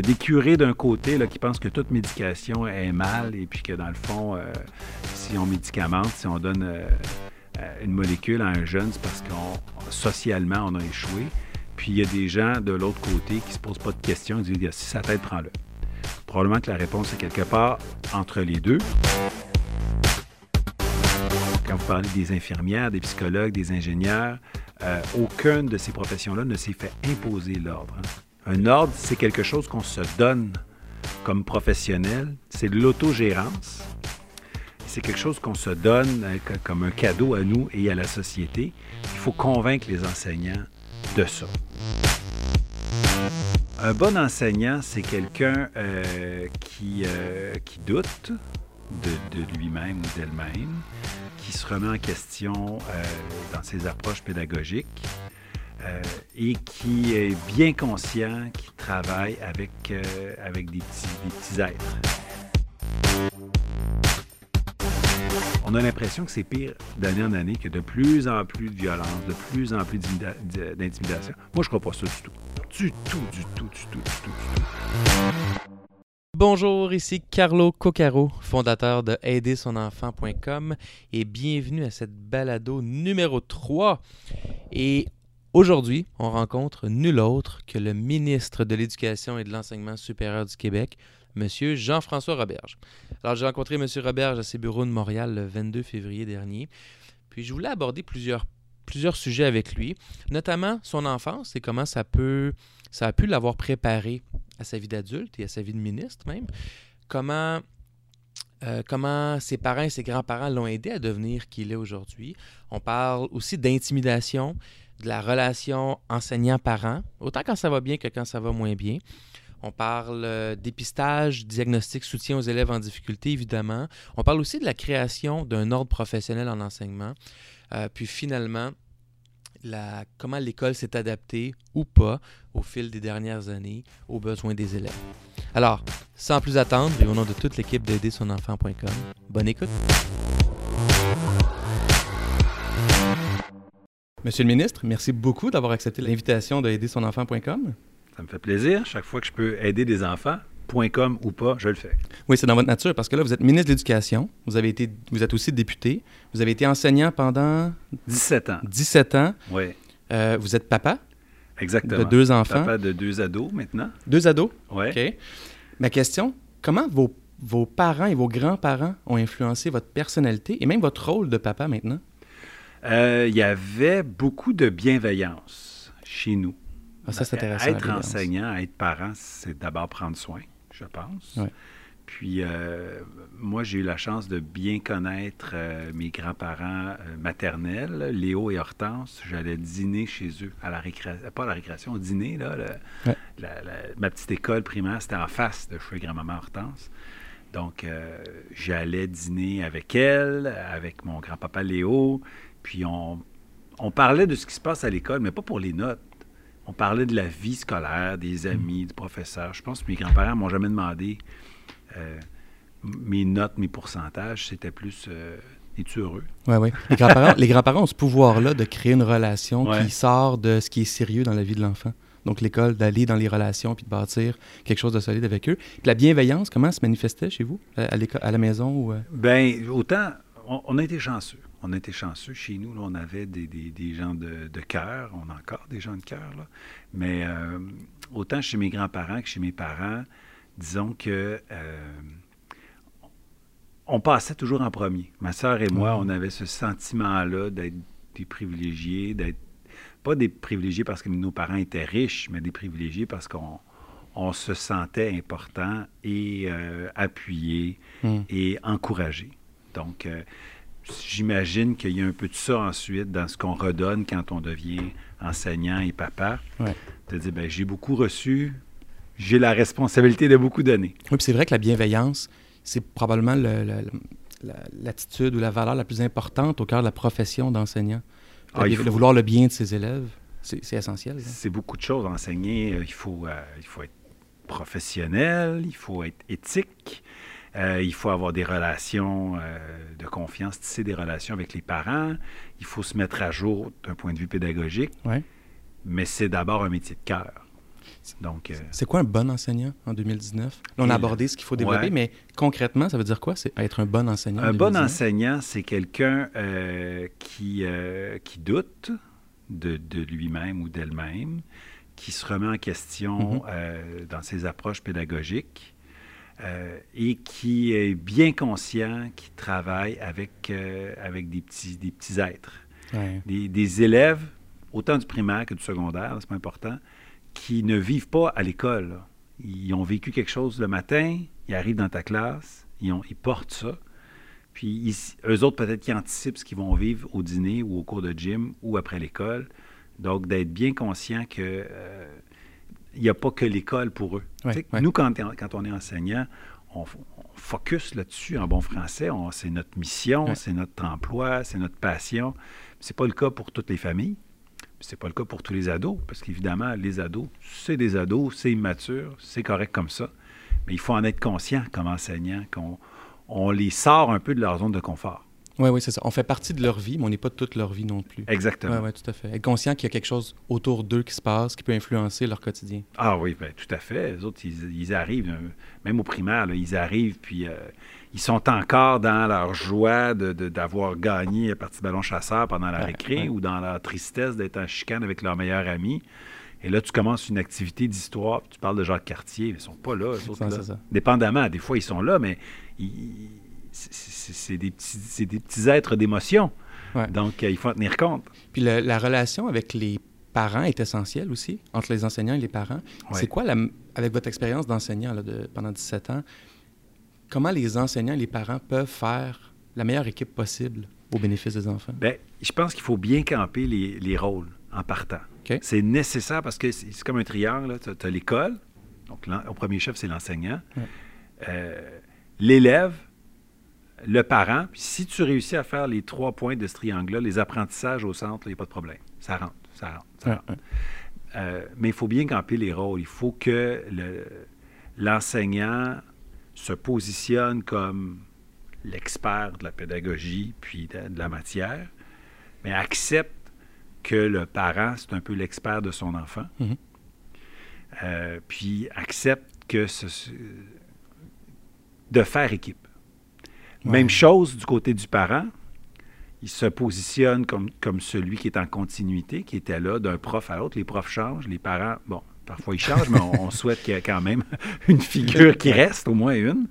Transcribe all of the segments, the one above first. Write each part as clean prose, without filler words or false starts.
des curés d'un côté là, qui pensent que toute médication est mal et puis que dans le fond, si on médicamente, si on donne une molécule à un jeune, c'est parce qu'on socialement, on a échoué. Puis il y a des gens de l'autre côté qui ne se posent pas de questions, ils disent « si ça t'aide, prends-le ». Probablement que la réponse est quelque part entre les deux. Quand vous parlez des infirmières, des psychologues, des ingénieurs, aucune de ces professions-là ne s'est fait imposer l'ordre. Un ordre, c'est quelque chose qu'on se donne comme professionnel. C'est de l'autogérance. C'est quelque chose qu'on se donne comme un cadeau à nous et à la société. Il faut convaincre les enseignants de ça. Un bon enseignant, c'est quelqu'un qui doute de lui-même ou d'elle-même, qui se remet en question dans ses approches pédagogiques et qui est bien conscient qu'il travaille avec des petits êtres. On a l'impression que c'est pire d'année en année, que de plus en plus de violence, de plus en plus d'intimidation. Moi, je ne crois pas ça du tout. Du tout. Bonjour, ici Carlo Coccaro, fondateur de aidersonenfant.com et bienvenue à cette balado numéro 3. Et aujourd'hui, on rencontre nul autre que le ministre de l'Éducation et de l'Enseignement supérieur du Québec, M. Jean-François Roberge. Alors, j'ai rencontré M. Roberge à ses bureaux de Montréal le 22 février dernier. Puis, je voulais aborder plusieurs sujets avec lui, notamment son enfance et comment ça a pu l'avoir préparé à sa vie d'adulte et à sa vie de ministre même. Comment ses parents et ses grands-parents l'ont aidé à devenir qui il est aujourd'hui. On parle aussi d'intimidation, de la relation enseignant-parent, autant quand ça va bien que quand ça va moins bien. On parle dépistage, diagnostic, soutien aux élèves en difficulté, évidemment. On parle aussi de la création d'un ordre professionnel en enseignement. Puis finalement, comment l'école s'est adaptée ou pas au fil des dernières années aux besoins des élèves. Alors, sans plus attendre, et au nom de toute l'équipe d'aidersonenfant.com, bonne écoute. Monsieur le ministre, merci beaucoup d'avoir accepté l'invitation de aidersonenfant.com. Ça me fait plaisir. Chaque fois que je peux aider des enfants, .com ou pas, je le fais. Oui, c'est dans votre nature, parce que là, vous êtes ministre de l'Éducation, vous êtes aussi député, vous avez été enseignant pendant... 17 ans. 17 ans. Oui. Vous êtes papa. Exactement. De 2 enfants. Papa de 2 ados maintenant. 2 ados? Oui. OK. Ma question, comment vos parents et vos grands-parents ont influencé votre personnalité et même votre rôle de papa maintenant? Il y avait beaucoup de bienveillance chez nous. Ah, ça, c'est intéressant. Être enseignant, être parent, c'est d'abord prendre soin, je pense. Ouais. Puis, moi, j'ai eu la chance de bien connaître mes grands-parents maternels, Léo et Hortense. J'allais dîner chez eux, à la récréation, pas à la récréation, au dîner. Là, ma petite école primaire, c'était en face de chez grand-maman Hortense. Donc, j'allais dîner avec elle, avec mon grand-papa Léo. Puis, on parlait de ce qui se passe à l'école, mais pas pour les notes. On parlait de la vie scolaire, des amis, du professeur. Je pense que mes grands-parents ne m'ont jamais demandé mes notes, mes pourcentages. C'était plus es-tu heureux? Oui. Les grands-parents ont ce pouvoir-là de créer une relation qui sort de ce qui est sérieux dans la vie de l'enfant. Donc, l'école, d'aller dans les relations puis de bâtir quelque chose de solide avec eux. Puis la bienveillance, comment se manifestait chez vous, à la maison? Ou, Bien, autant, on a été chanceux. On a été chanceux. Chez nous, là, on avait des gens de cœur. On a encore des gens de cœur, là. Mais autant chez mes grands-parents que chez mes parents, disons que on passait toujours en premier. Ma sœur et moi, on avait ce sentiment-là d'être des privilégiés, pas des privilégiés parce que nos parents étaient riches, mais des privilégiés parce qu'on se sentait important et appuyé et encouragé. Donc, j'imagine qu'il y a un peu de ça ensuite dans ce qu'on redonne quand on devient enseignant et papa. Ouais. De dire, bien, j'ai beaucoup reçu, j'ai la responsabilité de beaucoup donner. Oui, puis c'est vrai que la bienveillance, c'est probablement l'attitude ou la valeur la plus importante au cœur de la profession d'enseignant. De vouloir le bien de ses élèves, c'est essentiel. C'est beaucoup de choses. Enseigner, il faut être professionnel, il faut être éthique. Il faut avoir des relations de confiance, tisser des relations avec les parents. Il faut se mettre à jour d'un point de vue pédagogique. Ouais. Mais c'est d'abord un métier de cœur. Donc, c'est quoi un bon enseignant en 2019? Là, on a abordé ce qu'il faut développer, mais concrètement, ça veut dire quoi? C'est être un bon enseignant en 2019? Un bon enseignant, c'est quelqu'un qui doute de lui-même ou d'elle-même, qui se remet en question dans ses approches pédagogiques et qui est bien conscient qu'il travaille avec des petits êtres. Ouais. Des élèves, autant du primaire que du secondaire, là, c'est pas important, qui ne vivent pas à l'école. Là. Ils ont vécu quelque chose le matin, ils arrivent dans ta classe, ils portent ça, puis eux autres, peut-être qu'ils anticipent ce qu'ils vont vivre au dîner ou au cours de gym ou après l'école. Donc, d'être bien conscient que il n'y a pas que l'école pour eux. Ouais. Nous, quand on est enseignant, on focus là-dessus en bon français. C'est notre mission, c'est notre emploi, c'est notre passion. C'est pas le cas pour toutes les familles. C'est pas le cas pour tous les ados, parce qu'évidemment, les ados, c'est des ados, c'est immature, c'est correct comme ça. Mais il faut en être conscient comme enseignant, qu'on les sort un peu de leur zone de confort. Oui, c'est ça. On fait partie de leur vie, mais on n'est pas toute leur vie non plus. Exactement. Oui, tout à fait. Être conscient qu'il y a quelque chose autour d'eux qui se passe, qui peut influencer leur quotidien. Ah oui, bien, tout à fait. Les autres, ils arrivent, même au primaire, là, ils arrivent, puis ils sont encore dans leur joie d'avoir gagné la partie ballon chasseur pendant la récré ou dans leur tristesse d'être en chicane avec leur meilleur ami. Et là, tu commences une activité d'histoire, puis tu parles de Jacques Cartier. Ils ne sont pas là, eux autres, là. C'est ça. Dépendamment, des fois, ils sont là, mais c'est des petits êtres d'émotion. Ouais. Donc, il faut en tenir compte. Puis la relation avec les parents est essentielle aussi, entre les enseignants et les parents. Ouais. C'est quoi, avec votre expérience d'enseignant là, pendant 17 ans, comment les enseignants et les parents peuvent faire la meilleure équipe possible au bénéfice des enfants? Bien, je pense qu'il faut bien camper les rôles en partant. Okay. C'est nécessaire parce que c'est comme un triangle. Tu as l'école, donc au premier chef, c'est l'enseignant, l'élève, le parent. Puis si tu réussis à faire les 3 points de ce triangle-là, les apprentissages au centre, il n'y a pas de problème. Ça rentre. Mais il faut bien camper les rôles. Il faut que l'enseignant se positionne comme l'expert de la pédagogie puis de la matière, mais accepte que le parent, c'est un peu l'expert de son enfant. Puis accepte que de faire équipe. Ouais. Même chose du côté du parent. Il se positionne comme celui qui est en continuité, qui était là d'un prof à l'autre. Les profs changent, les parents, bon, parfois ils changent, mais on souhaite qu'il y ait quand même une figure qui reste, au moins une.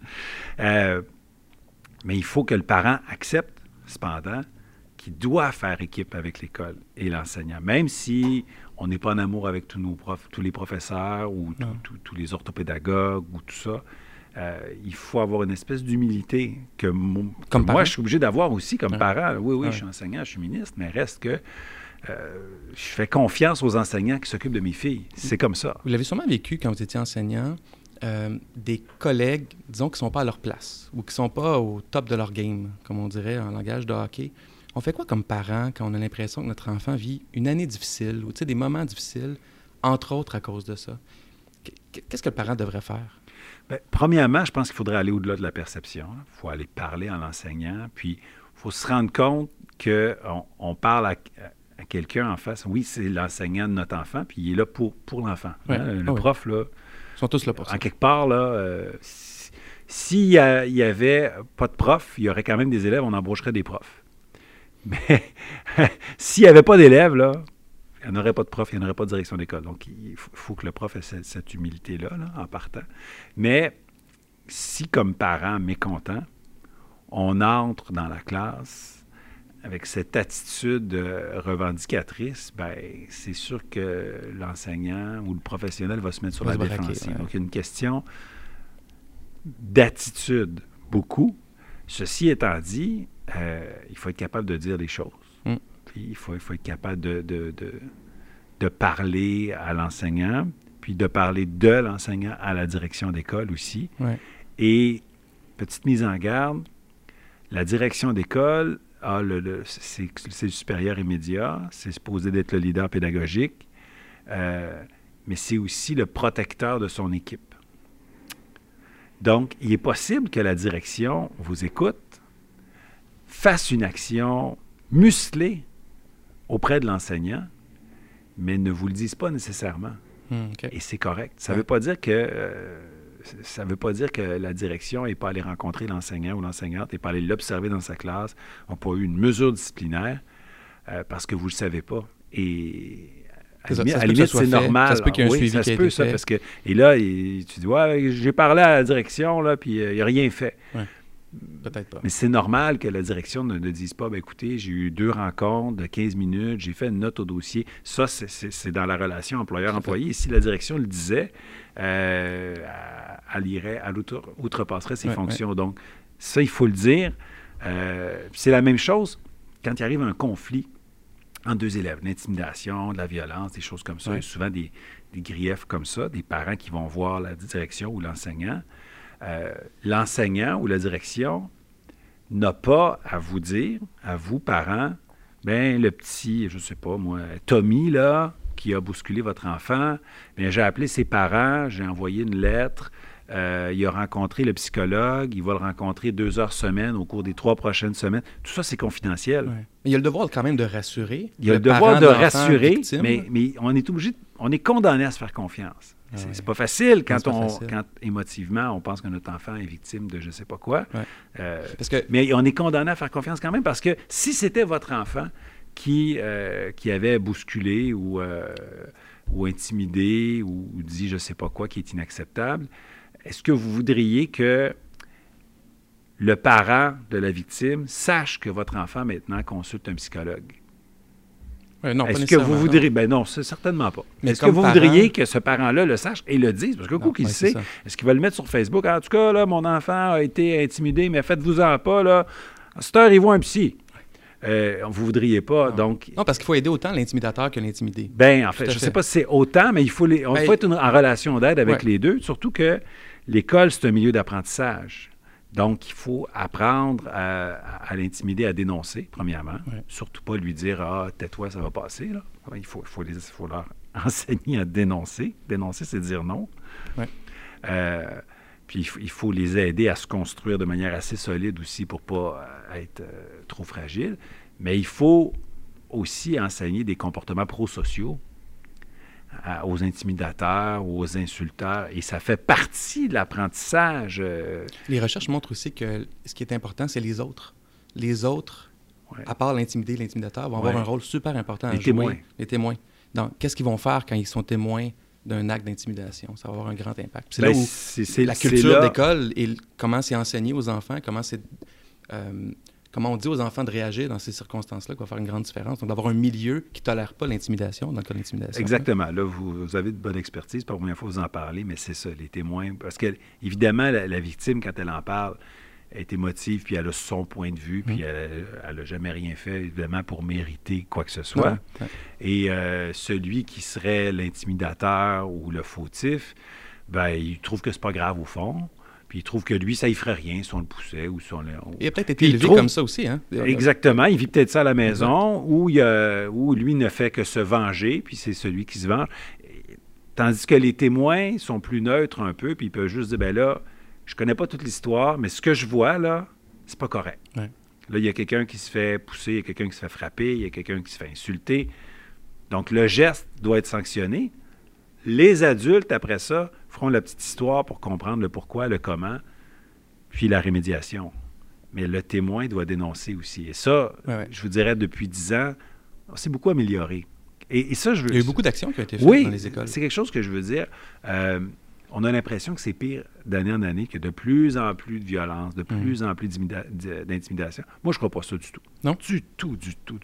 Mais il faut que le parent accepte, cependant, qu'il doit faire équipe avec l'école et l'enseignant. Même si on n'est pas en amour avec tous nos profs, tous les professeurs ou tous les orthopédagogues ou tout ça, il faut avoir une espèce d'humilité que moi, je suis obligé d'avoir aussi comme parent. Oui, je suis enseignant, je suis ministre, mais reste que je fais confiance aux enseignants qui s'occupent de mes filles. C'est comme ça. Vous l'avez sûrement vécu quand vous étiez enseignant, des collègues, disons, qui ne sont pas à leur place ou qui ne sont pas au top de leur game, comme on dirait en langage de hockey. On fait quoi comme parent quand on a l'impression que notre enfant vit une année difficile ou des moments difficiles, entre autres à cause de ça? Qu'est-ce que le parent devrait faire? Bien, premièrement, je pense qu'il faudrait aller au-delà de la perception. Il faut aller parler à l'enseignant, puis il faut se rendre compte qu'on parle à quelqu'un en face. Oui, c'est l'enseignant de notre enfant, puis il est là pour l'enfant. Ouais. Le prof, là... Ils sont tous là pour ça. En quelque part, là, s'il n'y avait pas de prof, il y aurait quand même des élèves, on embaucherait des profs. Mais s'il n'y avait pas d'élèves, là, il n'y en aurait pas de prof, il n'y en aurait pas de direction d'école. Donc, il faut que le prof ait cette humilité-là, là, en partant. Mais si, comme parent mécontent, on entre dans la classe avec cette attitude revendicatrice, bien, c'est sûr que l'enseignant ou le professionnel va se mettre sur la défensive. Donc, il y a une question d'attitude, beaucoup. Ceci étant dit, il faut être capable de dire les choses. Puis il faut être capable de parler à l'enseignant, puis de parler de l'enseignant à la direction d'école aussi. Ouais. Et, petite mise en garde, la direction d'école, c'est le supérieur immédiat, c'est supposé d'être le leader pédagogique, mais c'est aussi le protecteur de son équipe. Donc, il est possible que la direction vous écoute, fasse une action musclée auprès de l'enseignant, mais ne vous le dise pas nécessairement. OK. Et c'est correct. Ça veut pas dire que... ça ne veut pas dire que la direction n'est pas allée rencontrer l'enseignant ou l'enseignante, n'est pas allée l'observer dans sa classe, n'a pas eu une mesure disciplinaire parce que vous ne le savez pas. Et à la limite, c'est normal. Ça se peut qu'il y ait un suivi ça qui se a peut, été ça, fait. parce que... Et là, tu dis, ouais, j'ai parlé à la direction, là, puis il n'a rien fait. Ouais. Peut-être pas. Mais c'est normal que la direction ne dise pas, bien, écoutez, j'ai eu 2 rencontres de 15 minutes, j'ai fait une note au dossier. Ça, c'est dans la relation employeur-employé. Et si la direction le disait, elle outrepasserait ses fonctions. Ouais. Donc, ça, il faut le dire. C'est la même chose quand il arrive un conflit entre 2 élèves, l'intimidation, de la violence, des choses comme ça. Ouais. Il y a souvent des griefs comme ça, des parents qui vont voir la direction ou l'enseignant. L'enseignant ou la direction n'a pas à vous dire, à vous, parents, bien, le petit, je ne sais pas moi, Tommy, là, qui a bousculé votre enfant, bien, j'ai appelé ses parents, j'ai envoyé une lettre, il a rencontré le psychologue, il va le rencontrer 2 heures semaine au cours des 3 prochaines semaines. Tout ça, c'est confidentiel. Ouais. Mais il y a le devoir quand même de rassurer. Il y a le devoir de rassurer, mais on est obligé, on est condamné à se faire confiance. C'est pas facile quand émotivement, on pense que notre enfant est victime de je ne sais pas quoi. Ouais. Mais on est condamné à faire confiance quand même parce que si c'était votre enfant qui avait bousculé ou intimidé ou dit je ne sais pas quoi qui est inacceptable, est-ce que vous voudriez que le parent de la victime sache que votre enfant maintenant consulte un psychologue? Non, est-ce que vous voudriez... Ben non, c'est certainement pas. Mais est-ce que vous voudriez que ce parent-là le sache et le dise? Parce que coup qu'il sait, est-ce qu'il va le mettre sur Facebook? En tout cas, là, mon enfant a été intimidé, mais faites-vous-en pas, là. À cette heure, il voit un psy. Vous ne voudriez pas, donc... Non, parce qu'il faut aider autant l'intimidateur que l'intimidé. Bien, en fait, je ne sais pas si c'est autant, mais il faut être en relation d'aide avec les deux, surtout que l'école, c'est un milieu d'apprentissage. Donc, il faut apprendre à l'intimider, à dénoncer, premièrement. Ouais. Surtout pas lui dire « Ah, tais-toi, ça va passer. » là. Il faut leur enseigner à dénoncer. Dénoncer, c'est dire non. Ouais. Puis, il faut les aider à se construire de manière assez solide aussi pour ne pas être trop fragile. Mais il faut aussi enseigner des comportements prosociaux aux intimidateurs, aux insulteurs, et ça fait partie de l'apprentissage. Les recherches montrent aussi que ce qui est important, c'est les autres. Les autres, à part l'intimider, l'intimidateur, vont avoir un rôle super important à jouer. Les témoins. Donc, qu'est-ce qu'ils vont faire quand ils sont témoins d'un acte d'intimidation? Ça va avoir un grand impact. C'est là où la culture d'école et comment c'est enseigné aux enfants, comment on dit aux enfants de réagir dans ces circonstances-là, qui va faire une grande différence. Donc, d'avoir un milieu qui ne tolère pas l'intimidation, dans le cas de l'intimidation. Exactement. Là, vous avez de bonne expertise. Pas la première fois que vous en parlez, mais c'est ça, les témoins. Parce que, évidemment, la victime, quand elle en parle, elle est émotive, puis elle a son point de vue, puis elle n'a jamais rien fait, évidemment, pour mériter quoi que ce soit. Ouais. Et celui qui serait l'intimidateur ou le fautif, ben, il trouve que c'est pas grave au fond. Puis il trouve que lui, ça ne ferait rien si on le poussait ou si on le... Il a peut-être été élevé comme ça aussi, hein? Exactement. Il vit peut-être ça à la maison où lui ne fait que se venger, puis c'est celui qui se venge. Tandis que les témoins sont plus neutres un peu, puis ils peuvent juste dire, ben là, je connais pas toute l'histoire, mais ce que je vois, là, c'est pas correct. Ouais. Là, il y a quelqu'un qui se fait pousser, il y a quelqu'un qui se fait frapper, il y a quelqu'un qui se fait insulter. Donc, le geste doit être sanctionné. Les adultes, après ça, feront la petite histoire pour comprendre le pourquoi, le comment, puis la rémédiation. Mais le témoin doit dénoncer aussi. Et ça, je vous dirais, depuis 10 ans, on s'est beaucoup amélioré. Et ça, il y a eu beaucoup d'actions qui ont été faites dans les écoles. Oui, c'est quelque chose que je veux dire. On a l'impression que c'est pire d'année en année, qu'il y a de plus en plus de violence, de plus en plus d'intimidation. Moi, je ne crois pas ça du tout. Non? Du tout.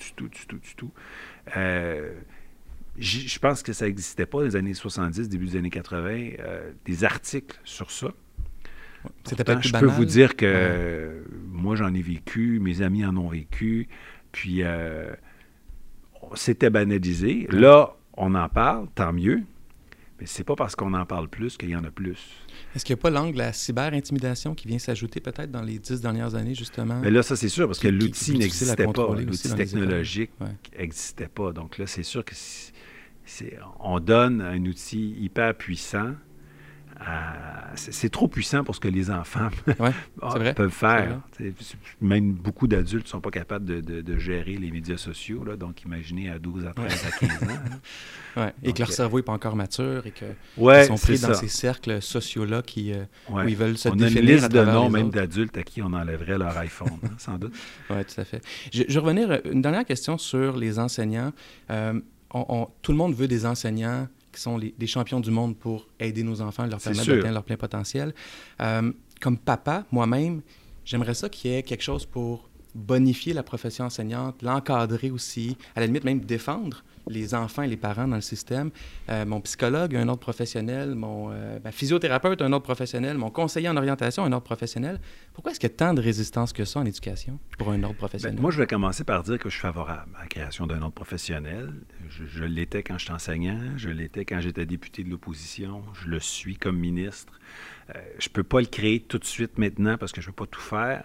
Je pense que ça n'existait pas dans les années 70, début des années 80, des articles sur ça. C'était pas plus banal. Je peux vous dire que moi, j'en ai vécu, mes amis en ont vécu, puis c'était banalisé. Là, on en parle, tant mieux, mais c'est pas parce qu'on en parle plus qu'il y en a plus. Est-ce qu'il n'y a pas l'angle de la cyber-intimidation qui vient s'ajouter peut-être dans les 10 dernières années, justement? Mais là, ça, c'est sûr, parce que l'outil n'existait pas. L'outil technologique n'existait pas. Donc là, c'est sûr que on donne un outil hyper puissant c'est trop puissant pour ce que les enfants peuvent faire. Même beaucoup d'adultes ne sont pas capables de gérer les médias sociaux, là, donc imaginez à 12, à 13, à 15 ans. Et que leur cerveau n'est pas encore mature et qu'ils sont pris dans ces cercles sociaux-là où ils veulent se définir. On a une liste de noms même d'adultes à qui on enlèverait leur iPhone, sans doute. Oui, tout à fait. Je vais revenir, une dernière question sur les enseignants. Tout le monde veut des enseignants qui sont des champions du monde pour aider nos enfants, leur permettre d'atteindre leur plein potentiel. Comme papa, moi-même, j'aimerais ça qu'il y ait quelque chose pour bonifier la profession enseignante, l'encadrer aussi, à la limite même défendre les enfants et les parents dans le système. Mon psychologue a un ordre professionnel, ma physiothérapeute a un ordre professionnel, mon conseiller en orientation a un ordre professionnel. Pourquoi est-ce qu'il y a tant de résistance que ça en éducation pour un ordre professionnel? Moi, je vais commencer par dire que je suis favorable à la création d'un ordre professionnel. Je l'étais quand j'étais enseignant, je l'étais quand j'étais député de l'opposition, je le suis comme ministre. Je ne peux pas le créer tout de suite maintenant parce que je ne peux pas tout faire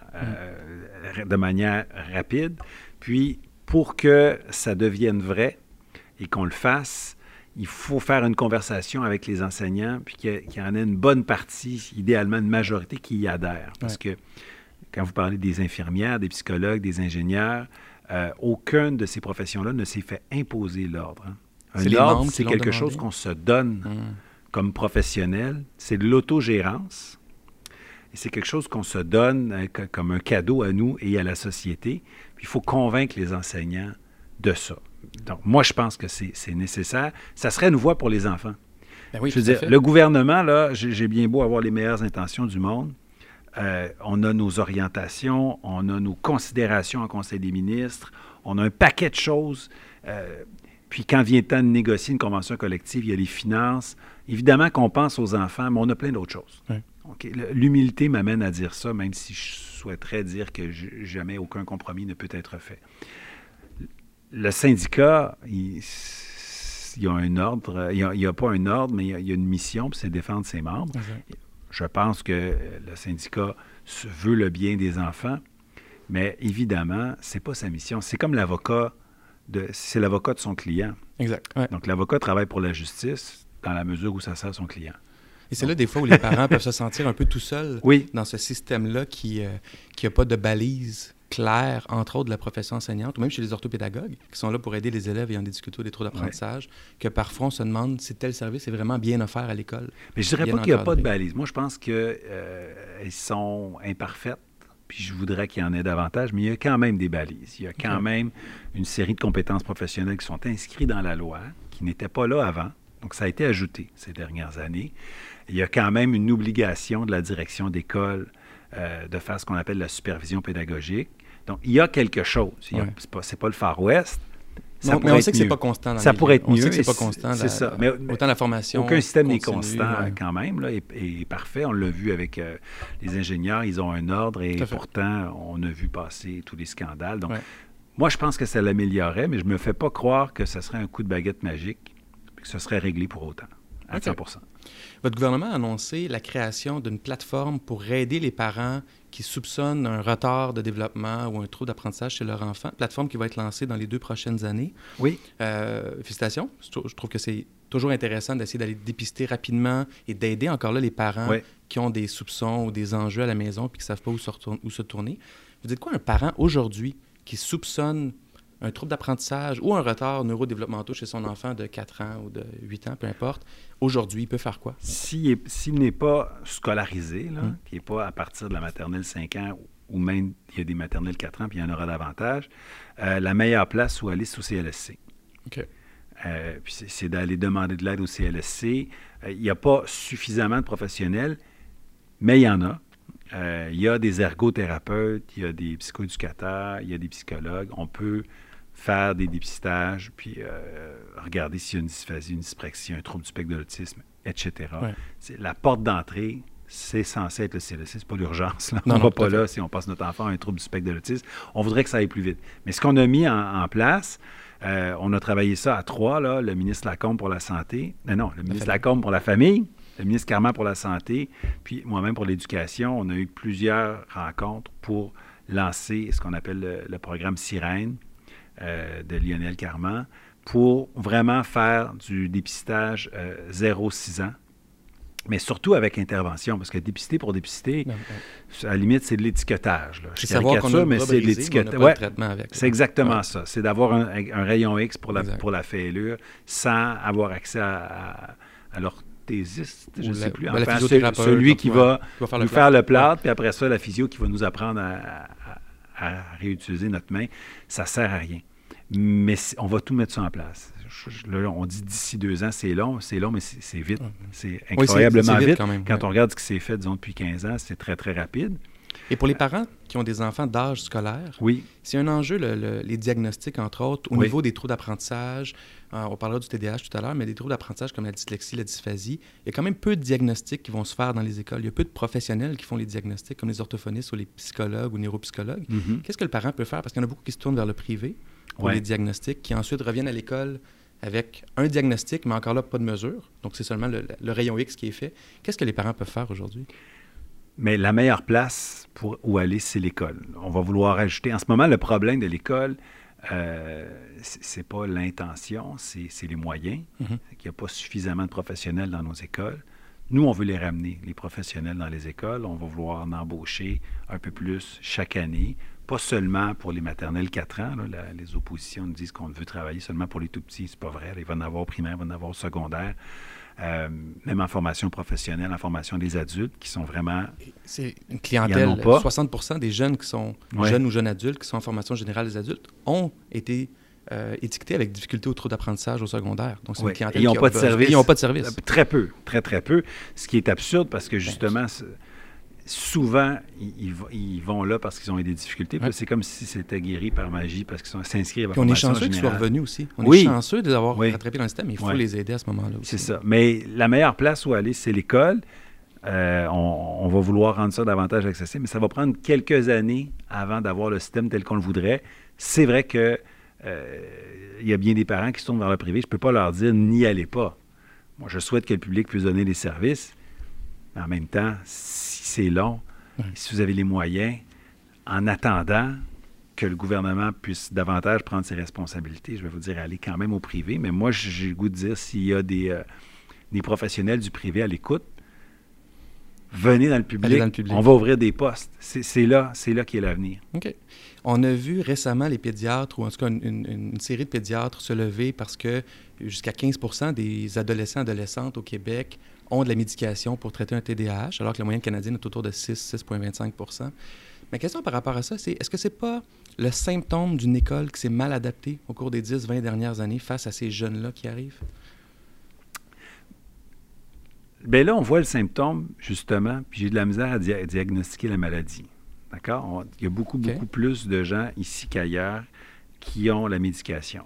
de manière rapide. Puis, pour que ça devienne vrai et qu'on le fasse, il faut faire une conversation avec les enseignants puis qu'il y en ait une bonne partie, idéalement une majorité, qui y adhère. Parce que quand vous parlez des infirmières, des psychologues, des ingénieurs, aucune de ces professions-là ne s'est fait imposer l'ordre. Hein. Un ordre, c'est quelque chose qu'on se donne comme professionnel. C'est de l'autogérance. Et c'est quelque chose qu'on se donne comme un cadeau à nous et à la société. Puis il faut convaincre les enseignants de ça. Donc, moi, je pense que c'est nécessaire. Ça serait une voie pour les enfants. Ben oui, je veux dire, le gouvernement, là, j'ai bien beau avoir les meilleures intentions du monde. On a nos orientations, on a nos considérations en Conseil des ministres, on a un paquet de choses. Puis quand vient le temps de négocier une convention collective, il y a les finances. Évidemment qu'on pense aux enfants, mais on a plein d'autres choses. Oui. Okay. L'humilité m'amène à dire ça, même si je souhaiterais dire que jamais aucun compromis ne peut être fait. Le syndicat, il y a un ordre, il n'y a pas un ordre, mais il y a une mission, puis c'est défendre ses membres. Okay. Je pense que le syndicat veut le bien des enfants, mais évidemment, ce n'est pas sa mission. C'est comme l'avocat, c'est l'avocat de son client. Exact. Ouais. Donc, l'avocat travaille pour la justice dans la mesure où ça sert son client. Et c'est là, des fois, où les parents peuvent se sentir un peu tout seuls dans ce système-là qui n'a pas de balise claire, entre autres, de la profession enseignante, ou même chez les orthopédagogues, qui sont là pour aider les élèves ayant des difficultés ou des troubles d'apprentissage, que parfois on se demande si tel service est vraiment bien offert à l'école. Mais je ne dirais pas qu'il n'y a pas de balise. Moi, je pense qu'elles sont imparfaites, puis je voudrais qu'il y en ait davantage, mais il y a quand même des balises. Il y a quand même une série de compétences professionnelles qui sont inscrites dans la loi, qui n'étaient pas là avant. Donc, ça a été ajouté ces dernières années. Il y a quand même une obligation de la direction d'école de faire ce qu'on appelle la supervision pédagogique. Donc, il y a quelque chose. C'est pas le Far West. Non, mais on sait que c'est pas constant. Ça pourrait être mieux. On sait que c'est pas constant. C'est ça. Mais autant la formation. Aucun système n'est constant quand même, là, et parfait. On l'a vu avec les ingénieurs. Ils ont un ordre et pourtant, on a vu passer tous les scandales. Donc, moi, je pense que ça l'améliorerait, mais je ne me fais pas croire que ce serait un coup de baguette magique et que ce serait réglé pour autant, à 100%. Votre gouvernement a annoncé la création d'une plateforme pour aider les parents qui soupçonnent un retard de développement ou un trouble d'apprentissage chez leur enfant. Plateforme qui va être lancée dans les 2 prochaines années. Oui. Félicitations. Je trouve que c'est toujours intéressant d'essayer d'aller dépister rapidement et d'aider encore là les parents qui ont des soupçons ou des enjeux à la maison puis qui ne savent pas où se tourner. Vous dites quoi un parent aujourd'hui qui soupçonne un trouble d'apprentissage ou un retard neurodéveloppemental chez son enfant de 4 ans ou de 8 ans, peu importe, aujourd'hui, il peut faire quoi? S'il n'est pas scolarisé, qui n'est pas à partir de la maternelle 5 ans, ou même il y a des maternelles 4 ans, puis il y en aura davantage, la meilleure place où aller, c'est au CLSC. OK. Puis c'est d'aller demander de l'aide au CLSC. Il n'y a pas suffisamment de professionnels, mais il y en a. Il y a des ergothérapeutes, il y a des psychoéducateurs, il y a des psychologues. On peut faire des dépistages, puis regarder s'il y a une dysphasie, une dyspraxie, un trouble du spectre de l'autisme, etc. La porte d'entrée, c'est censé être le CLSC, c'est pas l'urgence. Là. On ne va pas là si on passe notre enfant à un trouble du spectre de l'autisme. On voudrait que ça aille plus vite. Mais ce qu'on a mis en place, on a travaillé ça à 3, là, le ministre Lacombe pour la santé. Le ministre Lacombe pour la famille, le ministre Carman pour la santé, puis moi-même pour l'éducation. On a eu plusieurs rencontres pour lancer ce qu'on appelle le programme Sirène de Lionel Carman pour vraiment faire du dépistage 0-6 ans. Mais surtout avec intervention, parce que dépister pour dépister, à la limite, c'est de l'étiquetage. Là. C'est savoir qu'on a mais c'est de l'étiquetage. Ouais, traitement avec. C'est exactement ça. C'est d'avoir un rayon X pour la fêlure sans avoir accès à l'orthésiste, je ne sais plus. Enfin, celui qui va nous faire le plâtre, puis après ça, la physio qui va nous apprendre à réutiliser notre main. Ça ne sert à rien. Mais on va tout mettre ça en place. Là, on dit d'ici 2 ans, c'est long, mais c'est vite. C'est incroyablement vite. Quand on regarde ce qui s'est fait, disons, depuis 15 ans, c'est très, très rapide. Et pour les parents qui ont des enfants d'âge scolaire, c'est un enjeu, les diagnostics, entre autres, au niveau des troubles d'apprentissage. On parlera du TDAH tout à l'heure, mais des troubles d'apprentissage comme la dyslexie, la dysphasie, il y a quand même peu de diagnostics qui vont se faire dans les écoles. Il y a peu de professionnels qui font les diagnostics, comme les orthophonistes ou les psychologues ou neuropsychologues. Qu'est-ce que le parent peut faire? Parce qu'il y en a beaucoup qui se tournent vers le privé pour les diagnostics, qui ensuite reviennent à l'école avec un diagnostic, mais encore là, pas de mesure. Donc, c'est seulement le rayon X qui est fait. Qu'est-ce que les parents peuvent faire aujourd'hui? Mais la meilleure place où aller, c'est l'école. On va vouloir ajouter... En ce moment, le problème de l'école, c'est pas l'intention, c'est les moyens. Il n'y a pas suffisamment de professionnels dans nos écoles. Nous, on veut les ramener, les professionnels dans les écoles. On va vouloir en embaucher un peu plus chaque année. Pas seulement pour les maternelles 4 ans. Là, les oppositions nous disent qu'on veut travailler seulement pour les tout-petits. C'est pas vrai. Là, il va en avoir au primaire, il va en avoir au secondaire. Même en formation professionnelle, en formation des adultes, qui sont vraiment... C'est une clientèle. 60% des jeunes qui sont jeunes ou jeunes adultes, qui sont en formation générale des adultes, ont été étiquetés avec difficulté au trouble d'apprentissage au secondaire. Donc, c'est une clientèle ils n'ont pas de service. Ils n'ont pas de service. Très peu, très, très peu. Ce qui est absurde parce que, justement... Souvent, ils vont là parce qu'ils ont eu des difficultés. C'est comme si c'était guéri par magie parce qu'ils sont s'inscrivent à la formation générale. On est chanceux qu'ils soient revenus aussi. On est chanceux de les avoir rattrapés dans le système, mais il faut les aider à ce moment-là aussi. C'est ça. Mais la meilleure place où aller, c'est l'école. On va vouloir rendre ça davantage accessible, mais ça va prendre quelques années avant d'avoir le système tel qu'on le voudrait. C'est vrai que il y a bien des parents qui se tournent vers le privé. Je ne peux pas leur dire n'y allez pas. Moi, je souhaite que le public puisse donner les services. Mais en même temps, si c'est long, si vous avez les moyens, en attendant que le gouvernement puisse davantage prendre ses responsabilités, je vais vous dire, allez quand même au privé. Mais moi, j'ai le goût de dire, s'il y a des professionnels du privé à l'écoute, venez dans le public. On va ouvrir des postes. C'est là qu'est l'avenir. OK. On a vu récemment les pédiatres, ou en tout cas une série de pédiatres se lever parce que jusqu'à 15% des adolescents et adolescentes au Québec ont de la médication pour traiter un TDAH, alors que la moyenne canadienne est autour de 6,25%. Ma question par rapport à ça, c'est est-ce que c'est pas le symptôme d'une école qui s'est mal adaptée au cours des 10-20 dernières années face à ces jeunes-là qui arrivent? Bien là, on voit le symptôme, justement, puis j'ai de la misère à diagnostiquer la maladie. D'accord? Il y a beaucoup plus de gens ici qu'ailleurs qui ont la médication.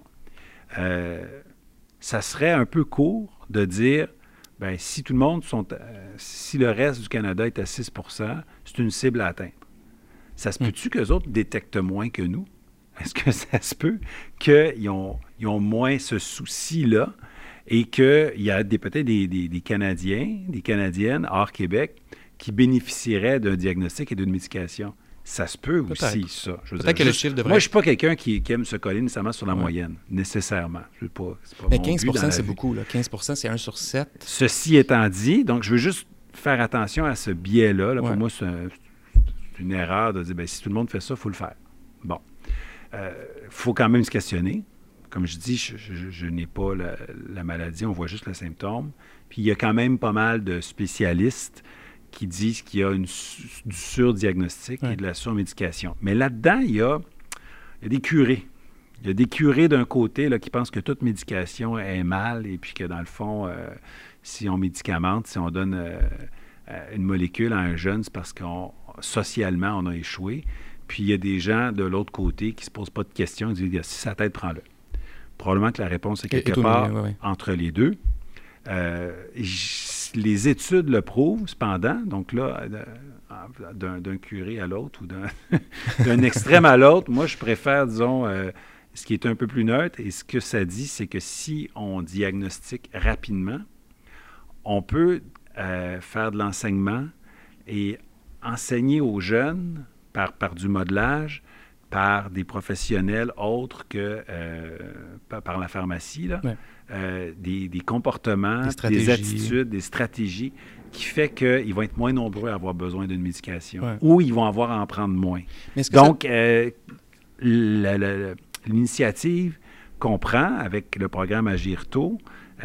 Ça serait un peu court de dire, bien, si tout le monde si le reste du Canada est à 6 %, c'est une cible à atteindre. Ça se peut-tu qu'eux autres détectent moins que nous? Est-ce que ça se peut qu'ils ont moins ce souci-là et qu'il y a peut-être des Canadiens, des Canadiennes hors Québec qui bénéficieraient d'un diagnostic et d'une médication? Ça se peut aussi, ça. Peut-être que le chiffre devrait... Moi, je ne suis pas quelqu'un qui aime se coller nécessairement sur la moyenne, nécessairement. C'est pas mais 15 c'est beaucoup. Là. 15 c'est 1 sur 7. Ceci étant dit, donc je veux juste faire attention à ce biais-là. Pour moi, c'est une erreur de dire, bien, si tout le monde fait ça, il faut le faire. Bon. Il faut quand même se questionner. Comme je dis, je n'ai pas la maladie, on voit juste le symptôme. Puis il y a quand même pas mal de spécialistes qui disent qu'il y a du surdiagnostic et de la surmédication. Mais là-dedans, il y a des curés. Il y a des curés d'un côté là, qui pensent que toute médication est mal et puis que dans le fond, si on médicamente, si on donne une molécule à un jeune, c'est parce socialement, on a échoué. Puis il y a des gens de l'autre côté qui ne se posent pas de questions et disent « si ça t'aide, prends-le ». Probablement que la réponse est quelque part entre les deux. Les études le prouvent, cependant. Donc là, d'un curé à l'autre ou d'un extrême à l'autre, moi, je préfère, disons, ce qui est un peu plus neutre. Et ce que ça dit, c'est que si on diagnostique rapidement, on peut faire de l'enseignement et enseigner aux jeunes, par du modelage, par des professionnels autres que par la pharmacie, là, des comportements, des attitudes, des stratégies qui fait qu'ils vont être moins nombreux à avoir besoin d'une médication ou ils vont avoir à en prendre moins. Donc, l'initiative qu'on prend avec le programme Agir tôt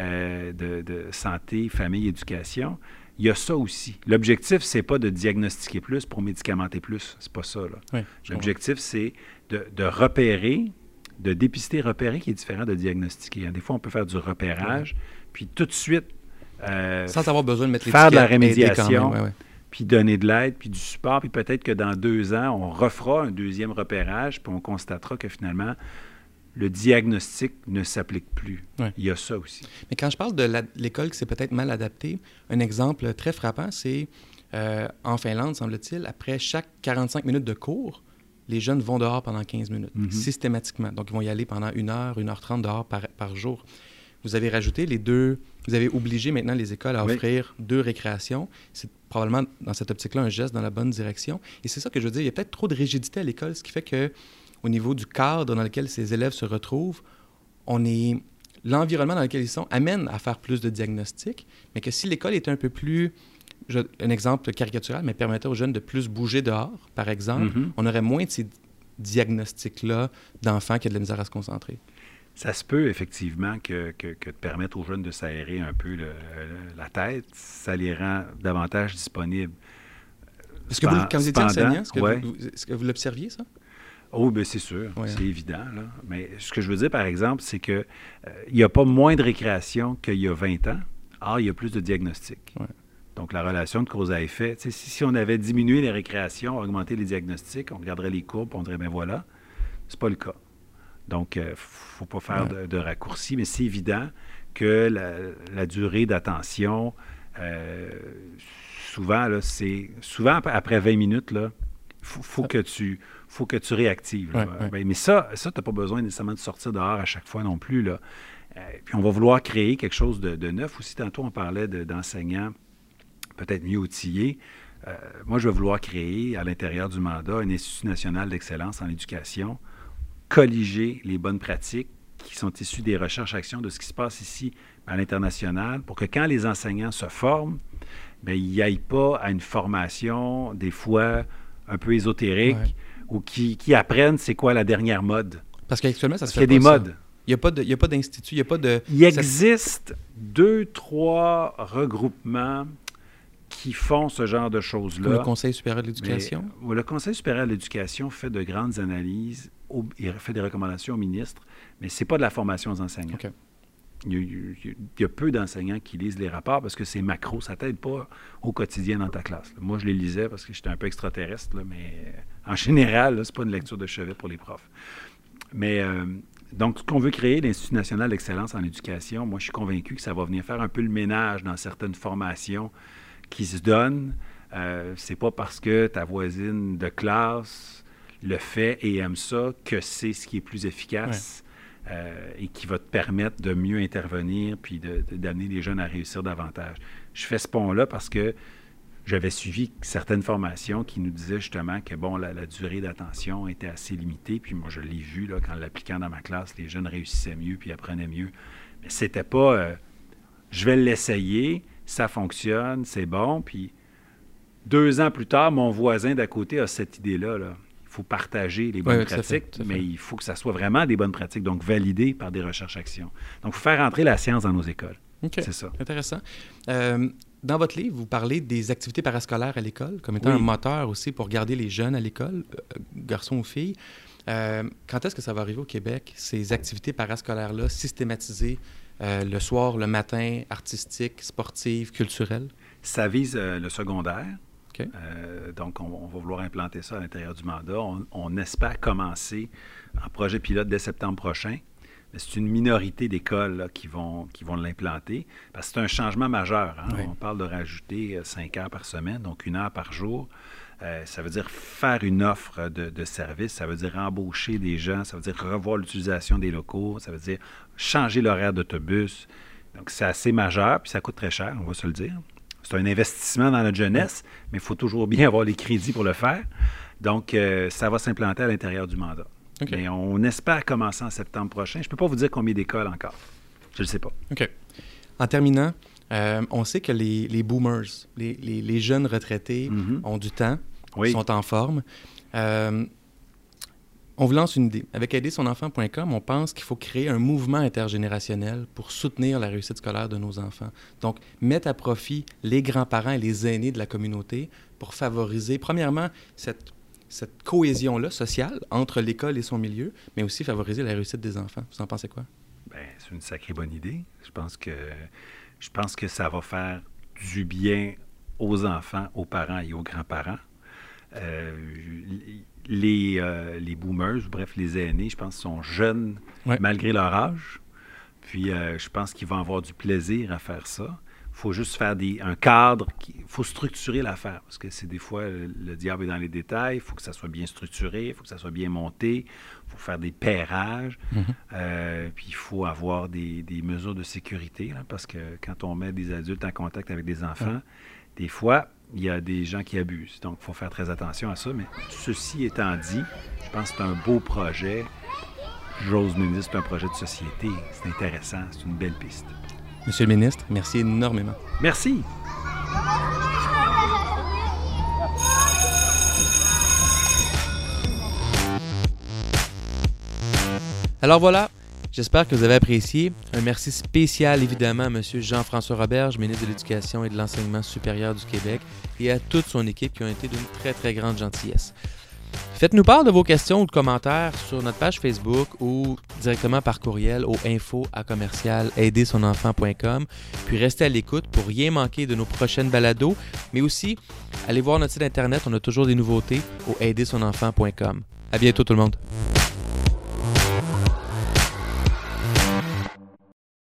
de santé, famille, éducation, il y a ça aussi. L'objectif, c'est pas de diagnostiquer plus pour médicamenter plus. C'est pas ça, là. Oui, l'objectif, c'est de repérer, de dépister, repérer, qui est différent de diagnostiquer. Des fois, on peut faire du repérage, puis tout de suite sans avoir besoin de mettre faire de la rémédiation, même, puis donner de l'aide, puis du support, puis peut-être que dans 2 ans, on refera un deuxième repérage, puis on constatera que finalement, le diagnostic ne s'applique plus. Il y a ça aussi. Mais quand je parle de l'école qui s'est peut-être mal adaptée, un exemple très frappant, c'est en Finlande, semble-t-il, après chaque 45 minutes de cours, les jeunes vont dehors pendant 15 minutes, systématiquement. Donc, ils vont y aller pendant 1h30 dehors par jour. Vous avez rajouté vous avez obligé maintenant les écoles à offrir 2 récréations. C'est probablement, dans cette optique-là, un geste dans la bonne direction. Et c'est ça que je veux dire, il y a peut-être trop de rigidité à l'école, ce qui fait que au niveau du cadre dans lequel ces élèves se retrouvent, l'environnement dans lequel ils sont amène à faire plus de diagnostics, mais que si l'école était un peu plus, un exemple caricatural, mais permettait aux jeunes de plus bouger dehors, par exemple, on aurait moins de ces diagnostics-là d'enfants qui ont de la misère à se concentrer. Ça se peut effectivement que de permettre aux jeunes de s'aérer un peu la tête, ça les rend davantage disponibles. Est-ce que quand vous étiez enseignant, est-ce que vous l'observiez, ça? Oh, bien c'est sûr, c'est évident. Là. Mais ce que je veux dire, par exemple, c'est qu'il n'y a pas moins de récréation qu'il y a 20 ans. Or, il y a plus de diagnostics. Donc, la relation de cause à effet, si on avait diminué les récréations, augmenté les diagnostics, on regarderait les courbes, on dirait, bien voilà, c'est pas le cas. Donc, il ne faut pas faire de raccourcis, mais c'est évident que la durée d'attention, souvent, après 20 minutes, il faut que tu réactives. Mais ça, tu n'as pas besoin nécessairement de sortir dehors à chaque fois non plus. Là. Puis on va vouloir créer quelque chose de neuf aussi. Tantôt, on parlait d'enseignants peut-être mieux outillés. Moi, je vais vouloir créer à l'intérieur du mandat un Institut national d'excellence en éducation, colliger les bonnes pratiques qui sont issues des recherches-actions de ce qui se passe ici à l'international pour que quand les enseignants se forment, bien, ils n'aillent pas à une formation des fois un peu ésotérique ou qui apprennent c'est quoi la dernière mode. Parce qu'actuellement, ça se fait pas. Il y a des modes. Il n'y a pas d'institut, il n'y a pas de... Il existe 2-3 regroupements qui font ce genre de choses-là. Comme le Conseil supérieur de l'éducation? Mais, le Conseil supérieur de l'éducation fait de grandes analyses, il fait des recommandations au ministre, mais ce n'est pas de la formation aux enseignants. Okay. Il y a peu d'enseignants qui lisent les rapports parce que c'est macro, ça ne t'aide pas au quotidien dans ta classe. Là. Moi, je les lisais parce que j'étais un peu extraterrestre, là, mais en général, ce n'est pas une lecture de chevet pour les profs. Mais donc, ce qu'on veut créer, l'Institut national d'excellence en éducation, moi, je suis convaincu que ça va venir faire un peu le ménage dans certaines formations qui se donnent. C'est pas parce que ta voisine de classe le fait et aime ça que c'est ce qui est plus efficace. Et qui va te permettre de mieux intervenir puis d'amener les jeunes à réussir davantage. Je fais ce pont-là parce que j'avais suivi certaines formations qui nous disaient justement que bon, la durée d'attention était assez limitée. Puis moi, je l'ai vu là, qu'en l'appliquant dans ma classe, les jeunes réussissaient mieux puis apprenaient mieux. Mais c'était pas je vais l'essayer, ça fonctionne, c'est bon. Puis 2 ans plus tard, mon voisin d'à côté a cette idée-là. Là. Il faut partager les bonnes pratiques, mais il faut que ça soit vraiment des bonnes pratiques, donc validées par des recherches-actions. Donc, il faut faire entrer la science dans nos écoles. Okay. C'est ça. Intéressant. Dans votre livre, vous parlez des activités parascolaires à l'école comme étant un moteur aussi pour garder les jeunes à l'école, garçons ou filles. Quand est-ce que ça va arriver au Québec, ces activités parascolaires-là, systématisées le soir, le matin, artistiques, sportives, culturelles? Ça vise le secondaire. Okay. Donc, on va vouloir implanter ça à l'intérieur du mandat. On espère commencer en projet pilote dès septembre prochain. Mais c'est une minorité d'écoles là, qui vont l'implanter parce que c'est un changement majeur. Hein? Oui. On parle de rajouter 5 heures par semaine, donc 1 heure par jour. Ça veut dire faire une offre de service, ça veut dire embaucher des gens, ça veut dire revoir l'utilisation des locaux, ça veut dire changer l'horaire d'autobus. Donc, c'est assez majeur, puis ça coûte très cher, on va se le dire. C'est un investissement dans notre jeunesse, mais il faut toujours bien avoir les crédits pour le faire. Donc, ça va s'implanter à l'intérieur du mandat. OK. Mais on espère commencer en septembre prochain. Je ne peux pas vous dire combien d'écoles encore. Je ne le sais pas. OK. En terminant, on sait que les boomers, les jeunes retraités ont du temps, sont en forme. On vous lance une idée. Avec aidersonenfant.com, on pense qu'il faut créer un mouvement intergénérationnel pour soutenir la réussite scolaire de nos enfants. Donc, mettre à profit les grands-parents et les aînés de la communauté pour favoriser, premièrement, cette cohésion-là sociale entre l'école et son milieu, mais aussi favoriser la réussite des enfants. Vous en pensez quoi? Bien, c'est une sacrée bonne idée. Je pense que ça va faire du bien aux enfants, aux parents et aux grands-parents. Les boomers, bref, les aînés, je pense, sont jeunes malgré leur âge. Puis, je pense qu'ils vont avoir du plaisir à faire ça. Il faut juste faire un cadre. Il faut structurer l'affaire. Parce que c'est des fois, le diable est dans les détails. Il faut que ça soit bien structuré. Il faut que ça soit bien monté. Il faut faire des pairages. Puis, il faut avoir des mesures de sécurité. Là, parce que quand on met des adultes en contact avec des enfants, des fois, il y a des gens qui abusent. Donc, il faut faire très attention à ça. Mais ceci étant dit, je pense que c'est un beau projet. J'ose me dire que c'est un projet de société. C'est intéressant. C'est une belle piste. Monsieur le ministre, merci énormément. Merci. Alors voilà, j'espère que vous avez apprécié. Un merci spécial évidemment à M. Jean-François Roberge, ministre de l'Éducation et de l'Enseignement supérieur du Québec, et à toute son équipe qui ont été d'une très très grande gentillesse. Faites-nous part de vos questions ou de commentaires sur notre page Facebook ou directement par courriel au info@aidersonenfant.com. Puis restez à l'écoute pour rien manquer de nos prochaines balados, mais aussi allez voir notre site internet, on a toujours des nouveautés au aidersonenfant.com. À bientôt tout le monde.